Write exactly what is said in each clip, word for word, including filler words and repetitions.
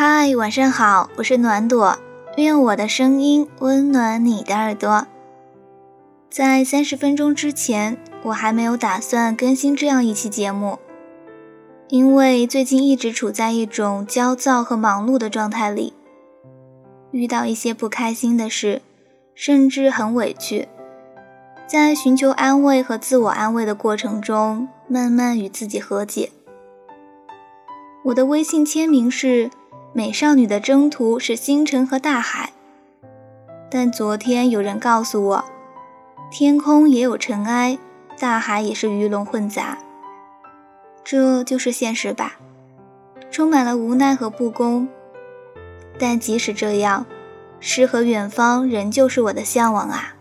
嗨，晚上好，我是暖朵，愿我的声音温暖你的耳朵。在三十分钟之前，我还没有打算更新这样一期节目，因为最近一直处在一种焦躁和忙碌的状态里，遇到一些不开心的事，甚至很委屈，在寻求安慰和自我安慰的过程中，慢慢与自己和解。我的微信签名是美少女的征途是星辰和大海，但昨天有人告诉我，天空也有尘埃，大海也是鱼龙混杂。这就是现实吧，充满了无奈和不公。但即使这样，诗和远方仍旧是我的向往啊。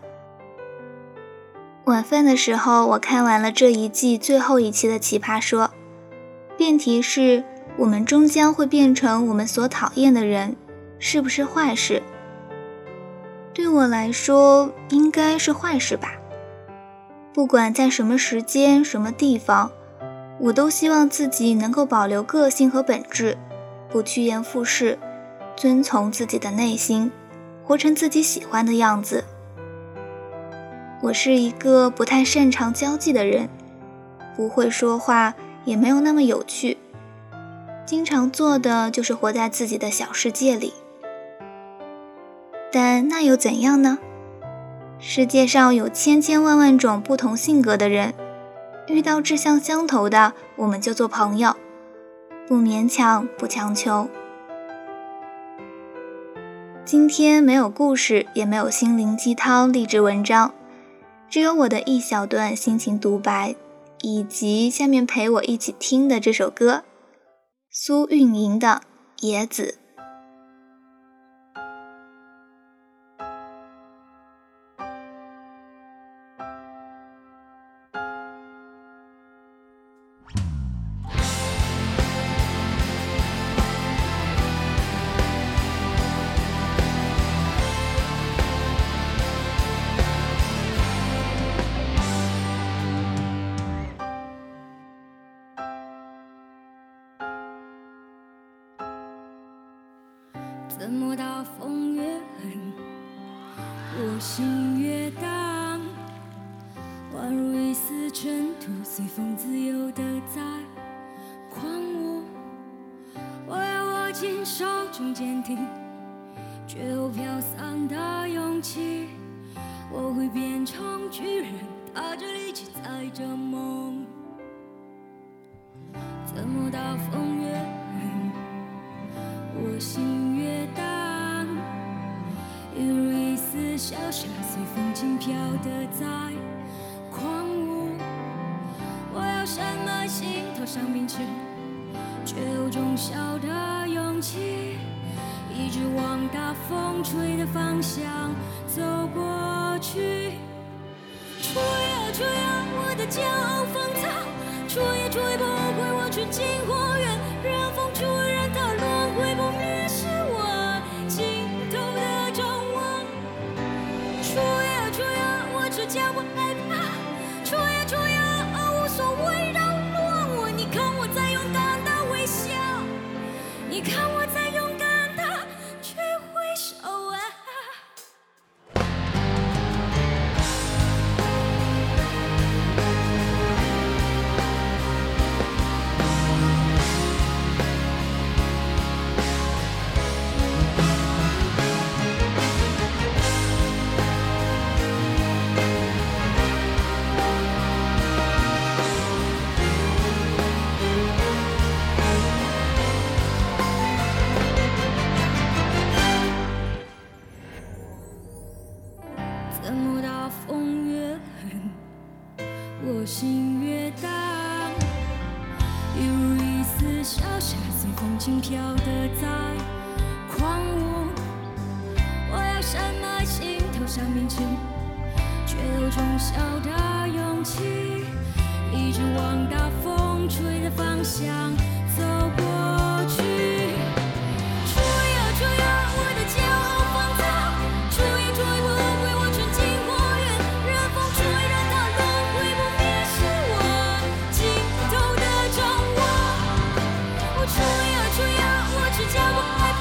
晚饭的时候，我看完了这一季最后一期的奇葩说，辩题是我们终将会变成我们所讨厌的人，是不是坏事？对我来说，应该是坏事吧。不管在什么时间、什么地方，我都希望自己能够保留个性和本质，不趋炎附势，遵从自己的内心，活成自己喜欢的样子。我是一个不太擅长交际的人，不会说话，也没有那么有趣，经常做的就是活在自己的小世界里。但那又怎样呢？世界上有千千万万种不同性格的人，遇到志向相投的，我们就做朋友，不勉强，不强求。今天没有故事，也没有心灵鸡汤励志文章，只有我的一小段心情独白，以及下面陪我一起听的这首歌，苏运莹的《野子》。 怎么大风越狠，我心越荡，宛如一丝尘土，随风自由地在狂舞。我要握紧手中坚定却又飘散的勇气，我会变成巨人，踏着力气载着梦。怎么大风越狠，我心越荡，一如一丝小沙随风轻飘的在狂舞。我要深埋心头上冰池，却有种小的勇气，一直往大风吹的方向走过去。吹啊吹啊，我的骄傲放纵，吹也吹不回我纯净花园，任风吹，任它轮回不灭，是我尽头的张望。吹啊吹啊，我只叫不害怕，吹啊吹啊，无所谓扰乱我。你看我在勇敢的微笑，你看我在勇敢的去挥手啊。怎么大风越狠，我心越荡，一如一丝小沙随风轻飘的在狂舞。我要深埋心头上冰池，却有种小的勇气，一直往大风吹的方向走过去。吹啊吹啊，我的骄傲放纵，吹也吹不回我纯净花园，任风吹，任它轮回不灭，是我尽头的张望。我吹啊吹啊，我只叫不害怕，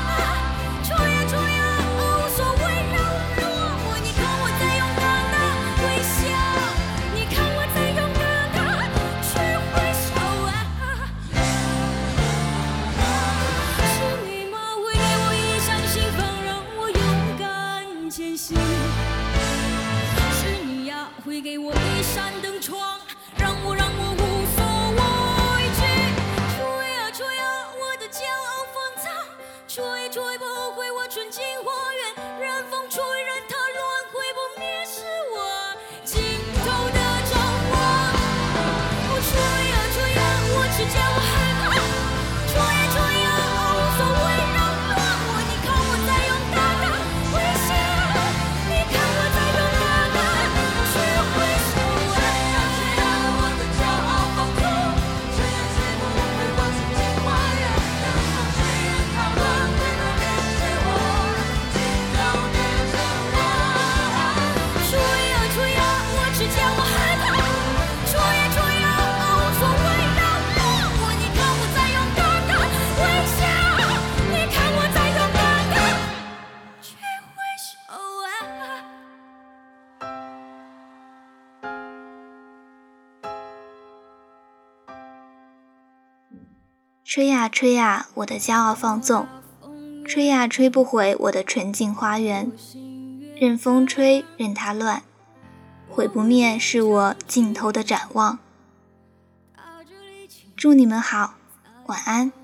吹呀吹呀，我的骄傲放纵，吹呀吹不回我的纯净花园，任风吹，任它乱，毁不灭是我尽头的展望。祝你们好，晚安。